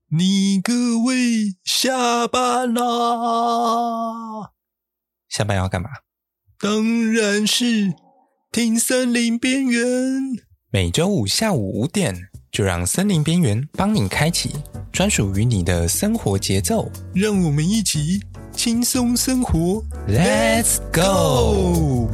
你各位下班啦！ 下班要干嘛？ 当然是听森林边缘。 每周五下午5点，就让森林边缘帮你开启专属于你的生活节奏。 让我们一起轻松生活 Let's go！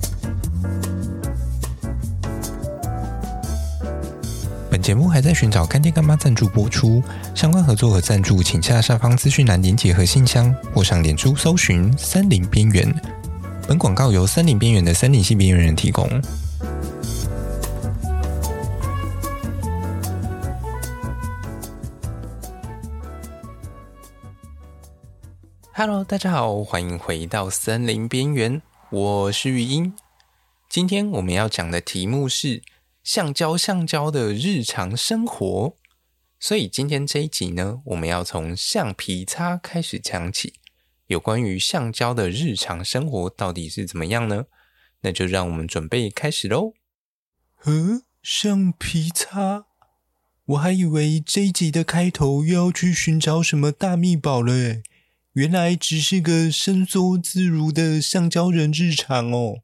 本节目还在寻找干爹干妈赞助播出，相关合作和赞助请下方资讯栏连结和信箱，或上脸书搜寻森林边缘。本广告由森林边缘的森林系边缘人提供。Hello， 大家好，欢迎回到森林边缘，我是玉英。今天我们要讲的题目是橡胶的日常生活，所以今天这一集呢，我们要从橡皮擦开始讲起。有关于橡胶的日常生活到底是怎么样呢？那就让我们准备开始咯。 橡皮擦？我还以为这一集的开头又要去寻找什么大秘宝了耶，原来只是个伸缩自如的橡胶人日常哦。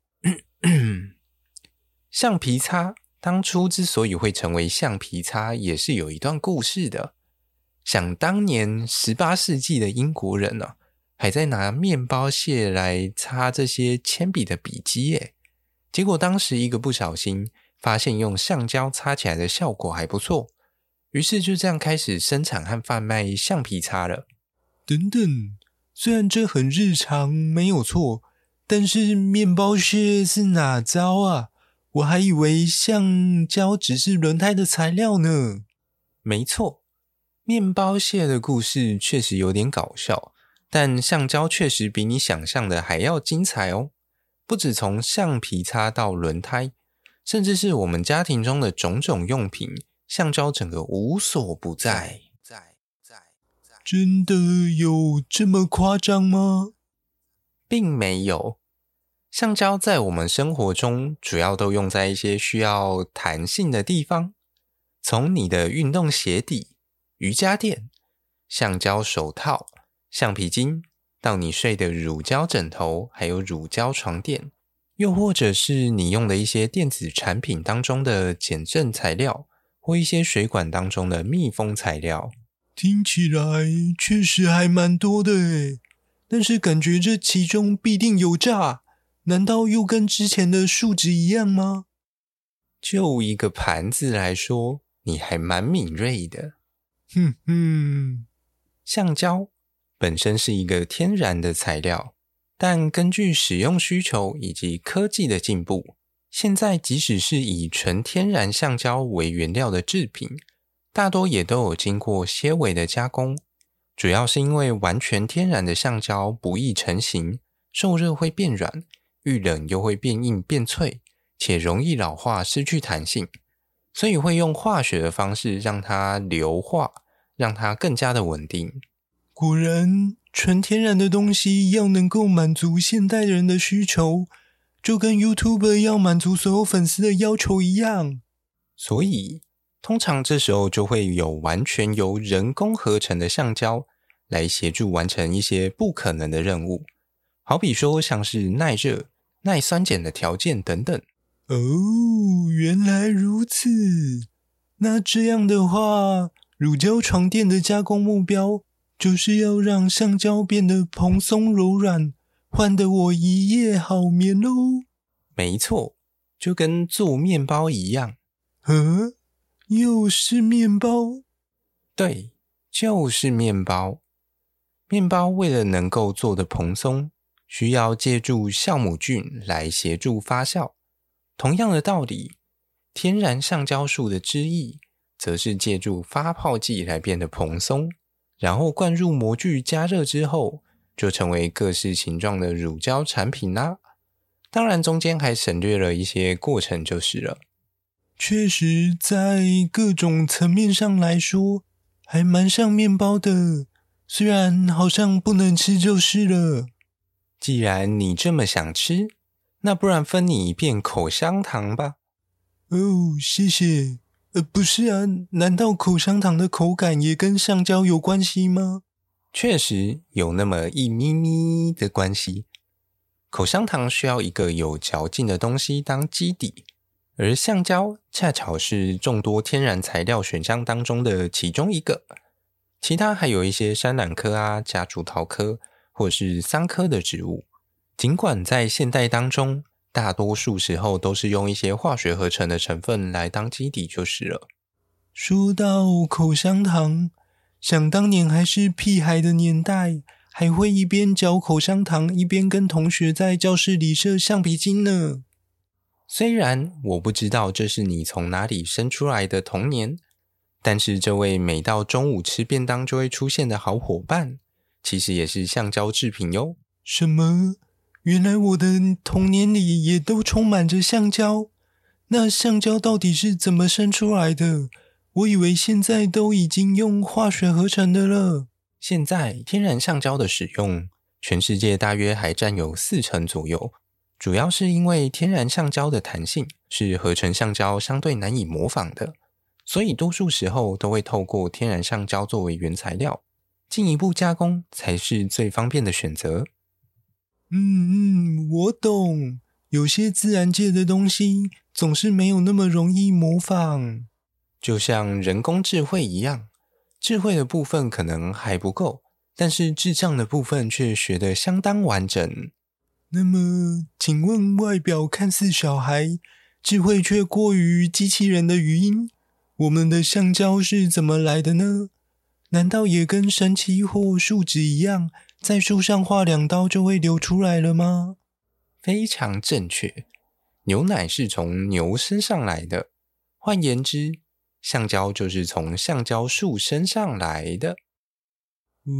橡皮擦当初之所以会成为橡皮擦，也是有一段故事的。想当年18世纪的英国人啊，还在拿面包屑来擦这些铅笔的笔迹耶。结果当时一个不小心，发现用橡胶擦起来的效果还不错，于是就这样开始生产和贩卖橡皮擦了。 等等，虽然这很日常没有错，但是面包屑是哪招啊？我还以为橡胶只是轮胎的材料呢。 没错，面包屑的故事确实有点搞笑，但橡胶确实比你想象的还要精彩哦。不止从橡皮擦到轮胎，甚至是我们家庭中的种种用品，橡胶整个无所不在。 真的有这么夸张吗？ 并没有。橡胶在我们生活中主要都用在一些需要弹性的地方，从你的运动鞋底、瑜伽垫、橡胶手套、橡皮筋，到你睡的乳胶枕头，还有乳胶床垫，又或者是你用的一些电子产品当中的减震材料，或一些水管当中的密封材料。 听起来确实还蛮多的耶，但是感觉这其中必定有诈，难道又跟之前的数值一样吗？ 就一个盘子来说，你还蛮敏锐的。橡胶本身是一个天然的材料，但根据使用需求以及科技的进步，现在即使是以纯天然橡胶为原料的制品，大多也都有经过些微的加工，主要是因为完全天然的橡胶不易成型，受热会变软，遇冷又会变硬变脆，且容易老化失去弹性，所以会用化学的方式让它硫化，让它更加的稳定。 果然纯天然的东西要能够满足现代人的需求，就跟 YouTuber 要满足所有粉丝的要求一样。 所以通常这时候就会有完全由人工合成的橡胶来协助完成一些不可能的任务，好比说像是耐热、耐酸碱的条件等等。 哦，原来如此。那这样的话，乳胶床垫的加工目标就是要让橡胶变得蓬松柔软，换得我一夜好眠咯。 没错，就跟做面包一样。 又是面包？ 对，就是面包。面包为了能够做得蓬松，需要借助酵母菌来协助发酵。同样的道理，天然橡胶树的汁液则是借助发泡剂来变得蓬松，然后灌入模具加热之后，就成为各式形状的乳胶产品啦。当然中间还省略了一些过程就是了。 确实在各种层面上来说还蛮像面包的，虽然好像不能吃就是了。 既然你这么想吃，那不然分你一片口香糖吧。 哦，谢谢。 不是啊，难道口香糖的口感也跟橡胶有关系吗？ 确实有那么一咪咪的关系。口香糖需要一个有嚼劲的东西当基底，而橡胶恰巧是众多天然材料选项当中的其中一个。其他还有一些山榄科啊、夹竹桃科或是桑科的植物，尽管在现代当中大多数时候都是用一些化学合成的成分来当基底就是了。 说到口香糖，想当年还是屁孩的年代，还会一边嚼口香糖一边跟同学在教室里射橡皮筋呢。 虽然我不知道这是你从哪里生出来的童年，但是这位每到中午吃便当就会出现的好伙伴，其实也是橡胶制品哟。 什么？原来我的童年里也都充满着橡胶？那橡胶到底是怎么生出来的？我以为现在都已经用化学合成的了。 现在天然橡胶的使用，全世界大约还占有40%左右，主要是因为天然橡胶的弹性是合成橡胶相对难以模仿的，所以多数时候都会透过天然橡胶作为原材料，进一步加工才是最方便的选择。 我懂。有些自然界的东西总是没有那么容易模仿。 就像人工智慧一样，智慧的部分可能还不够，但是智障的部分却学得相当完整。 那么，请问外表看似小孩，智慧却过于机器人的语音，我们的橡胶是怎么来的呢？难道也跟神奇或树脂一样，在树上划2刀就会流出来了吗？ 非常正确，牛奶是从牛身上来的，换言之，橡胶就是从橡胶树身上来的。 哇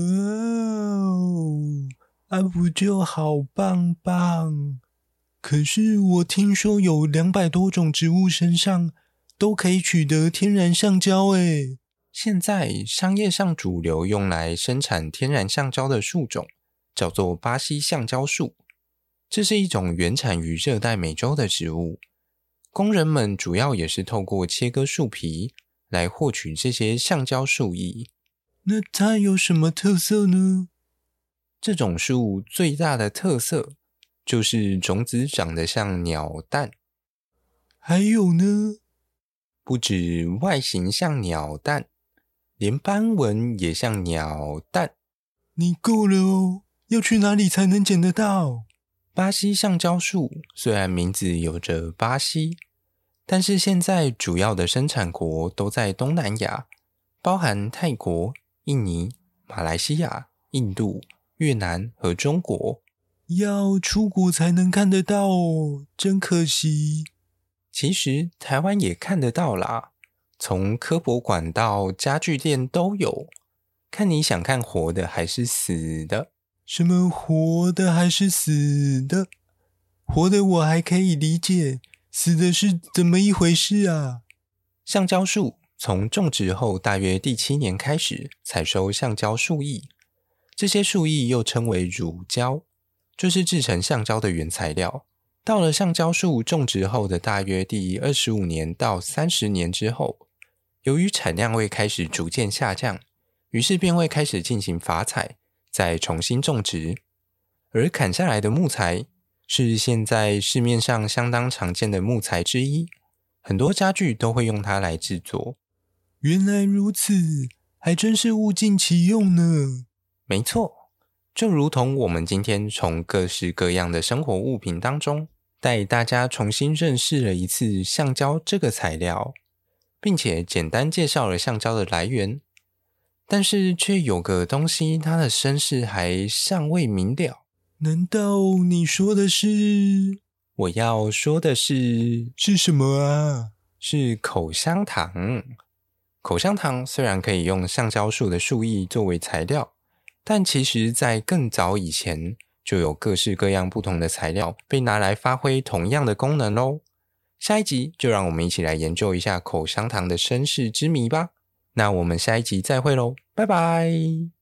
哦，不就好棒棒？可是我听说有200多种植物身上都可以取得天然橡胶诶。 现在商业上主流用来生产天然橡胶的树种叫做巴西橡胶树，这是一种原产于热带美洲的植物。工人们主要也是透过切割树皮来获取这些橡胶树液。 那它有什么特色呢？ 这种树最大的特色就是种子长得像鸟蛋。 还有呢？ 不止外形像鸟蛋，连斑纹也像鸟蛋。 你够了哦，要去哪里才能捡得到？ 巴西橡胶树虽然名字有着巴西，但是现在主要的生产国都在东南亚，包含泰国、印尼、马来西亚、印度、越南和中国。 要出国才能看得到哦，真可惜。 其实台湾也看得到啦，从科博馆到家具店都有，看你想看活的还是死的。 什么活的还是死的？活的我还可以理解，死的是怎么一回事啊？ 橡胶树从种植后大约第7年开始采收橡胶树液，这些树液又称为乳胶，就是制成橡胶的原材料。到了橡胶树种植后的大约第25年到30年之后，由于产量会开始逐渐下降，于是便会开始进行伐采，再重新种植。而砍下来的木材是现在市面上相当常见的木材之一，很多家具都会用它来制作。 原来如此，还真是物尽其用呢。 没错，就如同我们今天从各式各样的生活物品当中带大家重新认识了一次橡胶这个材料，并且简单介绍了橡胶的来源，但是却有个东西它的身世还尚未明了。 难道你说的是？ 我要说的是什么啊？ 是口香糖。口香糖虽然可以用橡胶树的树液作为材料，但其实在更早以前就有各式各样不同的材料被拿来发挥同样的功能咯。下一集就让我们一起来研究一下口香糖的身世之谜吧。那我们下一集再会咯，拜拜。